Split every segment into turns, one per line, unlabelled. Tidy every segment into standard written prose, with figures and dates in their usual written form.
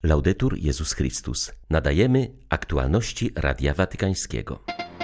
Laudetur Jezus Chrystus. Nadajemy aktualności Radia Watykańskiego.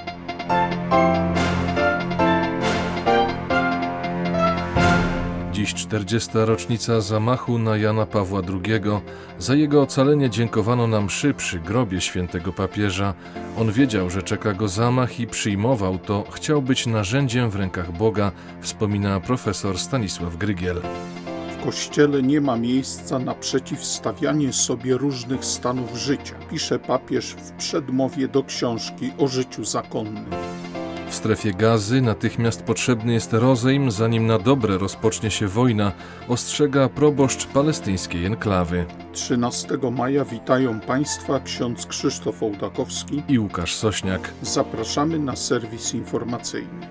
Dziś 40. rocznica zamachu na Jana Pawła II. Za jego ocalenie dziękowano na mszy przy grobie świętego papieża. On wiedział, że czeka go zamach i przyjmował to. Chciał być narzędziem w rękach Boga, wspomina profesor Stanisław Grygiel.
W Kościele nie ma miejsca na przeciwstawianie sobie różnych stanów życia, pisze papież w przedmowie do książki o życiu zakonnym.
W strefie Gazy natychmiast potrzebny jest rozejm, zanim na dobre rozpocznie się wojna, ostrzega proboszcz palestyńskiej enklawy.
13 maja witają Państwa ksiądz Krzysztof Ołdakowski
I Łukasz Sośniak.
Zapraszamy na serwis informacyjny.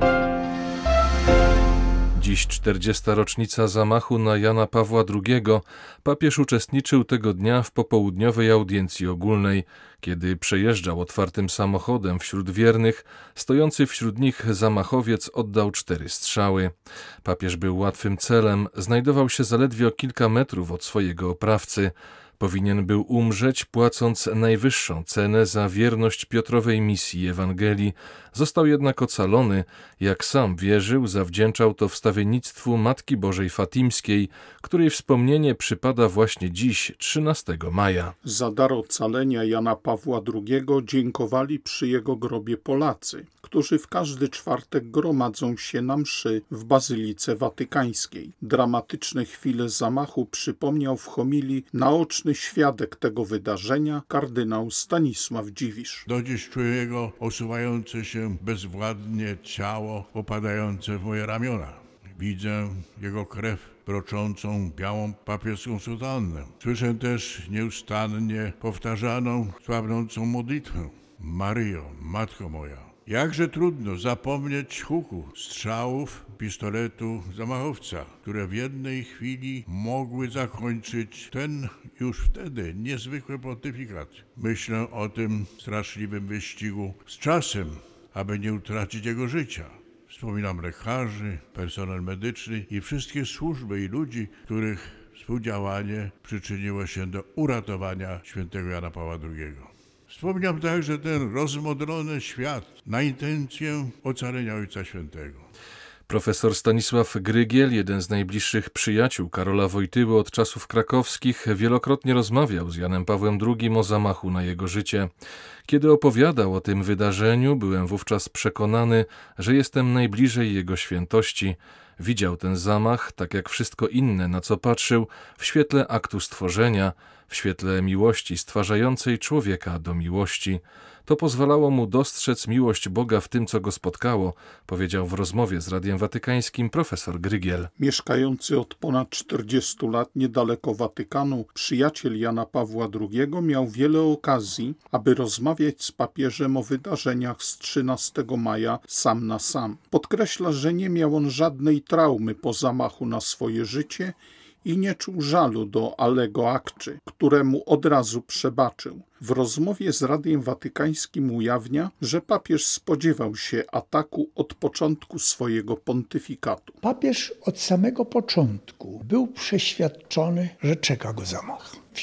Dziś 40. rocznica zamachu na Jana Pawła II. Papież uczestniczył tego dnia w popołudniowej audiencji ogólnej. Kiedy przejeżdżał otwartym samochodem wśród wiernych, stojący wśród nich zamachowiec oddał 4 strzały. Papież był łatwym celem, znajdował się zaledwie o kilka metrów od swojego oprawcy. Powinien był umrzeć, płacąc najwyższą cenę za wierność Piotrowej misji Ewangelii. Został jednak ocalony. Jak sam wierzył, zawdzięczał to wstawiennictwu Matki Bożej Fatimskiej, której wspomnienie przypada właśnie dziś, 13 maja.
Za dar ocalenia Jana Pawła II dziękowali przy jego grobie Polacy, którzy w każdy czwartek gromadzą się na mszy w Bazylice Watykańskiej. Dramatyczne chwile zamachu przypomniał w homilii naoczny świadek tego wydarzenia, kardynał Stanisław Dziwisz.
Do dziś czuję jego osuwające się bezwładnie ciało opadające w moje ramiona. Widzę jego krew broczącą białą papieską sutannę. Słyszę też nieustannie powtarzaną, słabnącą modlitwę. Maryjo, Matko moja. Jakże trudno zapomnieć huku, strzałów, pistoletu zamachowca, które w jednej chwili mogły zakończyć ten już wtedy niezwykły pontyfikat. Myślę o tym straszliwym wyścigu z czasem, aby nie utracić jego życia. Wspominam lekarzy, personel medyczny i wszystkie służby i ludzi, których współdziałanie przyczyniło się do uratowania świętego Jana Pawła II. Wspomniam także ten rozmodlony świat na intencję ocalenia Ojca Świętego.
Profesor Stanisław Grygiel, jeden z najbliższych przyjaciół Karola Wojtyły od czasów krakowskich, wielokrotnie rozmawiał z Janem Pawłem II o zamachu na jego życie. Kiedy opowiadał o tym wydarzeniu, byłem wówczas przekonany, że jestem najbliżej jego świętości. Widział ten zamach, tak jak wszystko inne, na co patrzył, w świetle aktu stworzenia, w świetle miłości stwarzającej człowieka do miłości. To pozwalało mu dostrzec miłość Boga w tym, co go spotkało, powiedział w rozmowie z Radiem Watykańskim profesor Grygiel.
Mieszkający od ponad 40 lat niedaleko Watykanu przyjaciel Jana Pawła II miał wiele okazji, aby rozmawiać z papieżem o wydarzeniach z 13 maja sam na sam. Podkreśla, że nie miał on żadnej traumy po zamachu na swoje życie i nie czuł żalu do Allego Acci, któremu od razu przebaczył. W rozmowie z Radiem Watykańskim ujawnia, że papież spodziewał się ataku od początku swojego pontyfikatu.
Papież od samego początku był przeświadczony, że czeka go zamach. W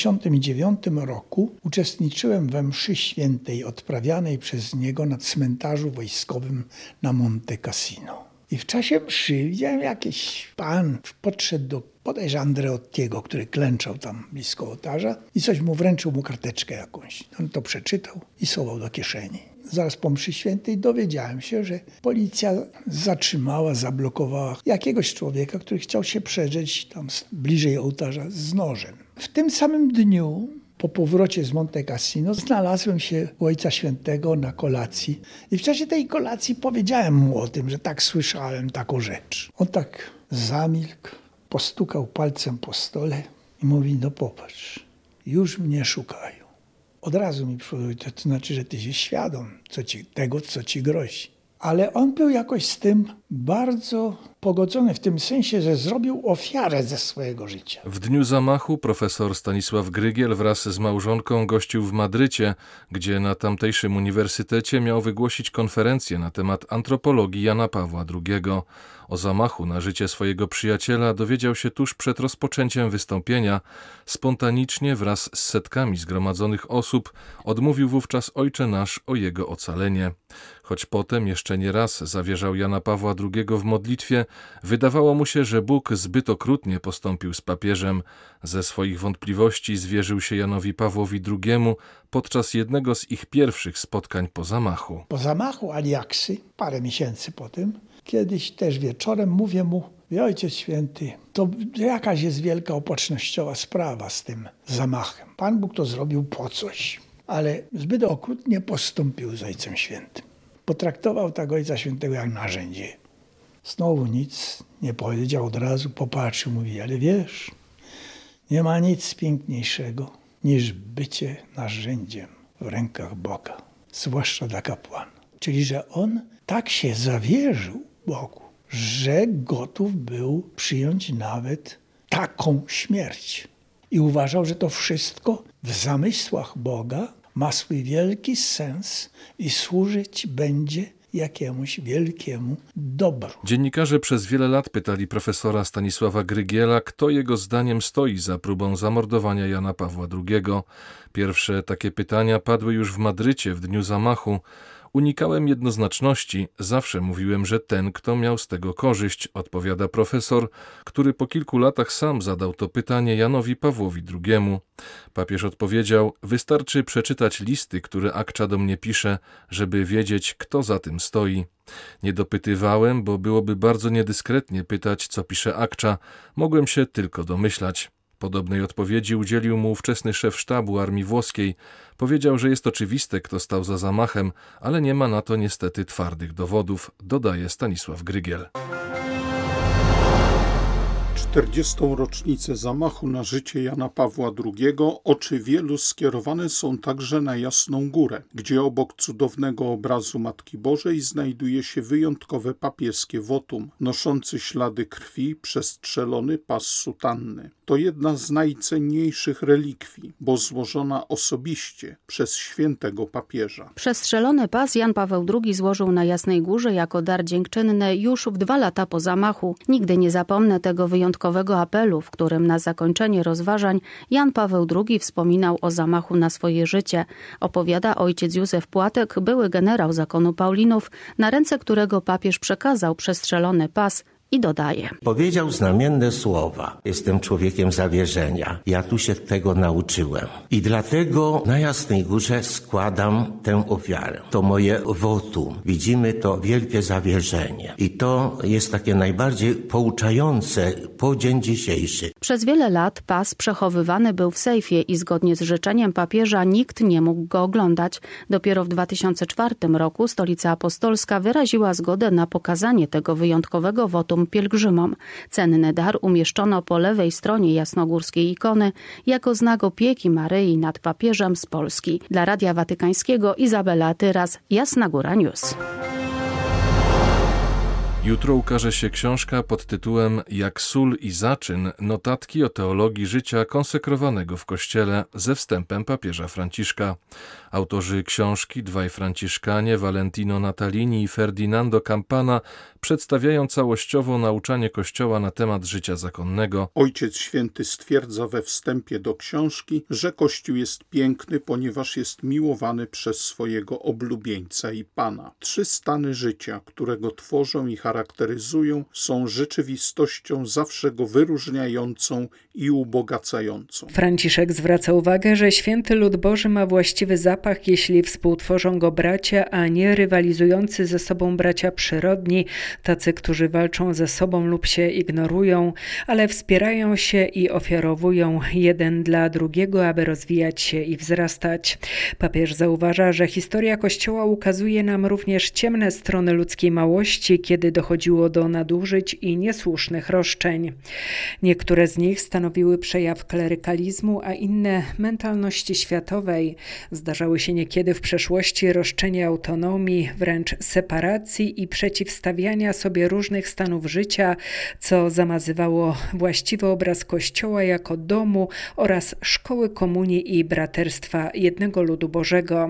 1979 roku uczestniczyłem we mszy świętej odprawianej przez niego na cmentarzu wojskowym na Monte Cassino. I w czasie mszy widziałem jakiś pan, podszedł do bodajże Andreottiego, który klęczał tam blisko ołtarza i coś mu wręczył mu karteczkę jakąś. On to przeczytał i schował do kieszeni. Zaraz po mszy świętej dowiedziałem się, że policja zatrzymała, zablokowała jakiegoś człowieka, który chciał się przedrzeć tam bliżej ołtarza z nożem. W tym samym dniu po powrocie z Monte Cassino znalazłem się u Ojca Świętego na kolacji i w czasie tej kolacji powiedziałem mu o tym, że tak słyszałem taką rzecz. On tak zamilkł, postukał palcem po stole i mówi, no popatrz, już mnie szukają. Od razu mi przyszło, to znaczy, że ty jesteś świadom tego, co ci grozi. Ale on był jakoś z tym bardzo pogodzony w tym sensie, że zrobił ofiarę ze swojego życia.
W dniu zamachu profesor Stanisław Grygiel wraz z małżonką gościł w Madrycie, gdzie na tamtejszym uniwersytecie miał wygłosić konferencję na temat antropologii Jana Pawła II. O zamachu na życie swojego przyjaciela dowiedział się tuż przed rozpoczęciem wystąpienia. Spontanicznie wraz z setkami zgromadzonych osób odmówił wówczas Ojcze Nasz o jego ocalenie. Choć potem jeszcze nie raz zawierzał Jana Pawła II w modlitwie, wydawało mu się, że Bóg zbyt okrutnie postąpił z papieżem. Ze swoich wątpliwości zwierzył się Janowi Pawłowi II podczas jednego z ich pierwszych spotkań po zamachu.
Po zamachu Aliaksy, parę miesięcy po tym, kiedyś też wieczorem mówię mu: Ojciec Święty, to jakaś jest wielka opocznościowa sprawa z tym zamachem. Pan Bóg to zrobił po coś, ale zbyt okrutnie postąpił z Ojcem Świętym. Potraktował tak Ojca Świętego jak narzędzie. Znowu nic nie powiedział, od razu popatrzył, mówi: ale wiesz, nie ma nic piękniejszego niż bycie narzędziem w rękach Boga, zwłaszcza dla kapłana. Czyli, że on tak się zawierzył Bogu, że gotów był przyjąć nawet taką śmierć. I uważał, że to wszystko w zamysłach Boga ma swój wielki sens i służyć będzie jakiemuś wielkiemu dobru.
Dziennikarze przez wiele lat pytali profesora Stanisława Grygiela, kto jego zdaniem stoi za próbą zamordowania Jana Pawła II. Pierwsze takie pytania padły już w Madrycie w dniu zamachu. Unikałem jednoznaczności, zawsze mówiłem, że ten, kto miał z tego korzyść, odpowiada profesor, który po kilku latach sam zadał to pytanie Janowi Pawłowi II. Papież odpowiedział: wystarczy przeczytać listy, które Akcza do mnie pisze, żeby wiedzieć, kto za tym stoi. Nie dopytywałem, bo byłoby bardzo niedyskretnie pytać, co pisze Akcza, mogłem się tylko domyślać. Podobnej odpowiedzi udzielił mu ówczesny szef sztabu armii włoskiej. Powiedział, że jest oczywiste, kto stał za zamachem, ale nie ma na to niestety twardych dowodów, dodaje Stanisław Grygiel.
40. rocznicę zamachu na życie Jana Pawła II oczy wielu skierowane są także na Jasną Górę, gdzie obok cudownego obrazu Matki Bożej znajduje się wyjątkowe papieskie wotum, noszący ślady krwi przestrzelony pas sutanny. To jedna z najcenniejszych relikwii, bo złożona osobiście przez świętego papieża.
Przestrzelony pas Jan Paweł II złożył na Jasnej Górze jako dar dziękczynny już w 2 lata po zamachu. Nigdy nie zapomnę tego wyjątkowego apelu, w którym na zakończenie rozważań Jan Paweł II wspominał o zamachu na swoje życie. Opowiada ojciec Józef Płatek, były generał zakonu Paulinów, na ręce którego papież przekazał przestrzelony pas. I dodaje:
Powiedział znamienne słowa: jestem człowiekiem zawierzenia. Ja tu się tego nauczyłem. I dlatego na Jasnej Górze składam tę ofiarę. To moje wotum. Widzimy to wielkie zawierzenie. I to jest takie najbardziej pouczające po dzień dzisiejszy.
Przez wiele lat pas przechowywany był w sejfie i zgodnie z życzeniem papieża nikt nie mógł go oglądać. Dopiero w 2004 roku Stolica Apostolska wyraziła zgodę na pokazanie tego wyjątkowego wotum pielgrzymom. Cenny dar umieszczono po lewej stronie jasnogórskiej ikony jako znak opieki Maryi nad papieżem z Polski. Dla Radia Watykańskiego Izabela Tyras, Jasna Góra News.
Jutro ukaże się książka pod tytułem Jak sól i zaczyn – notatki o teologii życia konsekrowanego w Kościele ze wstępem papieża Franciszka. Autorzy książki, dwaj Franciszkanie, Valentino Natalini i Ferdinando Campana, przedstawiają całościowo nauczanie Kościoła na temat życia zakonnego.
Ojciec Święty stwierdza we wstępie do książki, że Kościół jest piękny, ponieważ jest miłowany przez swojego oblubieńca i Pana. 3 stany życia, które go tworzą i charakteryzują, są rzeczywistością zawsze go wyróżniającą i ubogacającą.
Franciszek zwraca uwagę, że święty lud Boży ma właściwy zapach, jeśli współtworzą go bracia, a nie rywalizujący ze sobą bracia przyrodni, tacy, którzy walczą ze sobą lub się ignorują, ale wspierają się i ofiarowują jeden dla drugiego, aby rozwijać się i wzrastać. Papież zauważa, że historia Kościoła ukazuje nam również ciemne strony ludzkiej małości, kiedy dochodzi dochodziło do nadużyć i niesłusznych roszczeń. Niektóre z nich stanowiły przejaw klerykalizmu, a inne mentalności światowej. Zdarzały się niekiedy w przeszłości roszczenia autonomii, wręcz separacji i przeciwstawiania sobie różnych stanów życia, co zamazywało właściwy obraz Kościoła jako domu oraz szkoły komunii i braterstwa jednego ludu Bożego.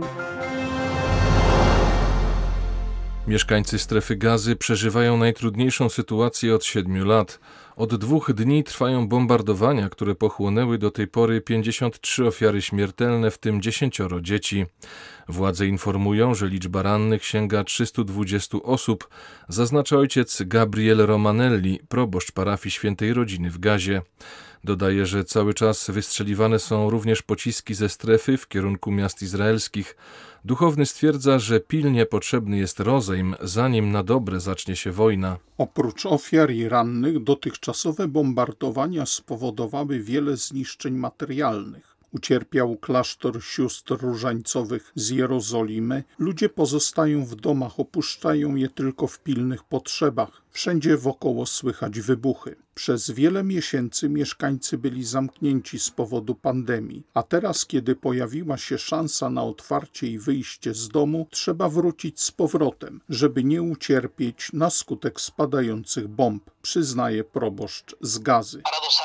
Mieszkańcy strefy Gazy przeżywają najtrudniejszą sytuację od 7 lat. Od 2 dni trwają bombardowania, które pochłonęły do tej pory 53 ofiary śmiertelne, w tym 10 dzieci. Władze informują, że liczba rannych sięga 320 osób, zaznacza ojciec Gabriel Romanelli, proboszcz parafii Świętej Rodziny w Gazie. Dodaje, że cały czas wystrzeliwane są również pociski ze strefy w kierunku miast izraelskich. Duchowny stwierdza, że pilnie potrzebny jest rozejm, zanim na dobre zacznie się wojna.
Oprócz ofiar i rannych, dotychczasowe bombardowania spowodowały wiele zniszczeń materialnych. Ucierpiał klasztor sióstr różańcowych z Jerozolimy. Ludzie pozostają w domach, opuszczają je tylko w pilnych potrzebach. Wszędzie wokoło słychać wybuchy. Przez wiele miesięcy mieszkańcy byli zamknięci z powodu pandemii, a teraz, kiedy pojawiła się szansa na otwarcie i wyjście z domu, trzeba wrócić z powrotem, żeby nie ucierpieć na skutek spadających bomb, przyznaje proboszcz z Gazy.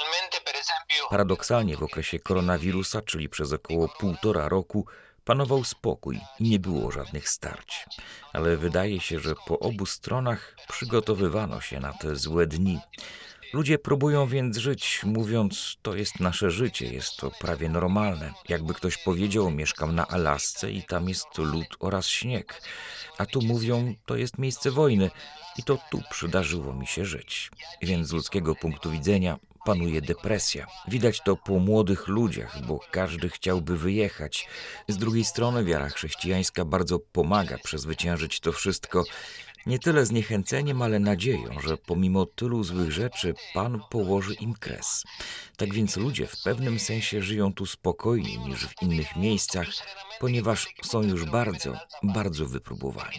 Paradoksalnie w okresie koronawirusa, czyli przez około 1,5 roku, panował spokój i nie było żadnych starć. Ale wydaje się, że po obu stronach przygotowywano się na te złe dni. Ludzie próbują więc żyć, mówiąc, to jest nasze życie, jest to prawie normalne. Jakby ktoś powiedział, mieszkam na Alasce i tam jest lód oraz śnieg. A tu mówią, to jest miejsce wojny i to tu przydarzyło mi się żyć. Więc z ludzkiego punktu widzenia panuje depresja. Widać to po młodych ludziach, bo każdy chciałby wyjechać. Z drugiej strony wiara chrześcijańska bardzo pomaga przezwyciężyć to wszystko. Nie tyle zniechęceniem, ale nadzieją, że pomimo tylu złych rzeczy Pan położy im kres. Tak więc ludzie w pewnym sensie żyją tu spokojniej niż w innych miejscach, ponieważ są już bardzo, bardzo wypróbowani.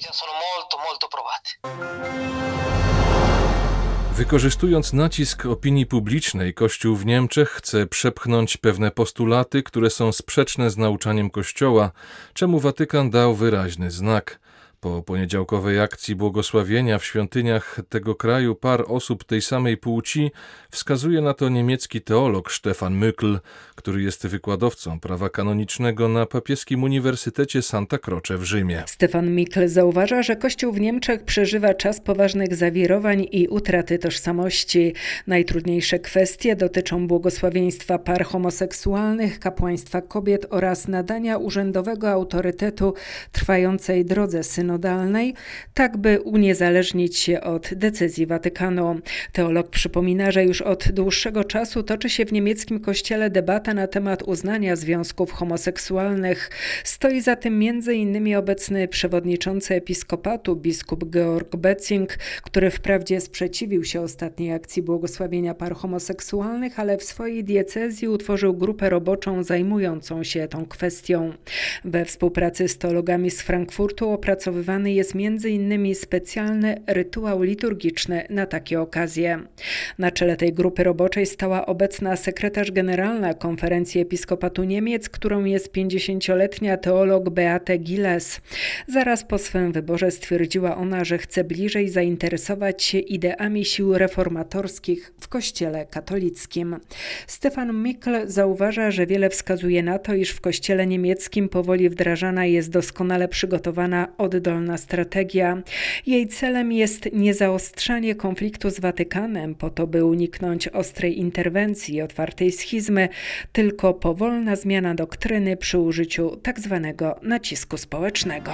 Wykorzystując nacisk opinii publicznej, Kościół w Niemczech chce przepchnąć pewne postulaty, które są sprzeczne z nauczaniem Kościoła, czemu Watykan dał wyraźny znak. Po poniedziałkowej akcji błogosławienia w świątyniach tego kraju par osób tej samej płci wskazuje na to niemiecki teolog Stefan Mückl, który jest wykładowcą prawa kanonicznego na papieskim Uniwersytecie Santa Croce w Rzymie.
Stefan Mückl zauważa, że Kościół w Niemczech przeżywa czas poważnych zawirowań i utraty tożsamości. Najtrudniejsze kwestie dotyczą błogosławieństwa par homoseksualnych, kapłaństwa kobiet oraz nadania urzędowego autorytetu trwającej drodze synodalnej, tak by uniezależnić się od decyzji Watykanu. Teolog przypomina, że już od dłuższego czasu toczy się w niemieckim kościele debata na temat uznania związków homoseksualnych. Stoi za tym m.in. obecny przewodniczący episkopatu biskup Georg Betzing, który wprawdzie sprzeciwił się ostatniej akcji błogosławienia par homoseksualnych, ale w swojej diecezji utworzył grupę roboczą zajmującą się tą kwestią. We współpracy z teologami z Frankfurtu opracowywany jest m.in. specjalny rytuał liturgiczny na takie okazje. Na czele tej grupy roboczej stała obecna sekretarz generalna Konferencji Episkopatu Niemiec, którą jest 50-letnia teolog Beate Gilles. Zaraz po swym wyborze stwierdziła ona, że chce bliżej zainteresować się ideami sił reformatorskich w Kościele katolickim. Stefan Mückl zauważa, że wiele wskazuje na to, iż w Kościele niemieckim powoli wdrażana jest doskonale przygotowana oddolna strategia. Jej celem jest niezaostrzanie konfliktu z Watykanem, po to by uniknąć ostrej interwencji i otwartej schizmy, tylko powolna zmiana doktryny przy użyciu tzw. nacisku społecznego.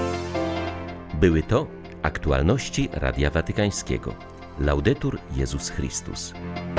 Były to aktualności Radia Watykańskiego. Laudetur Jezus Chrystus.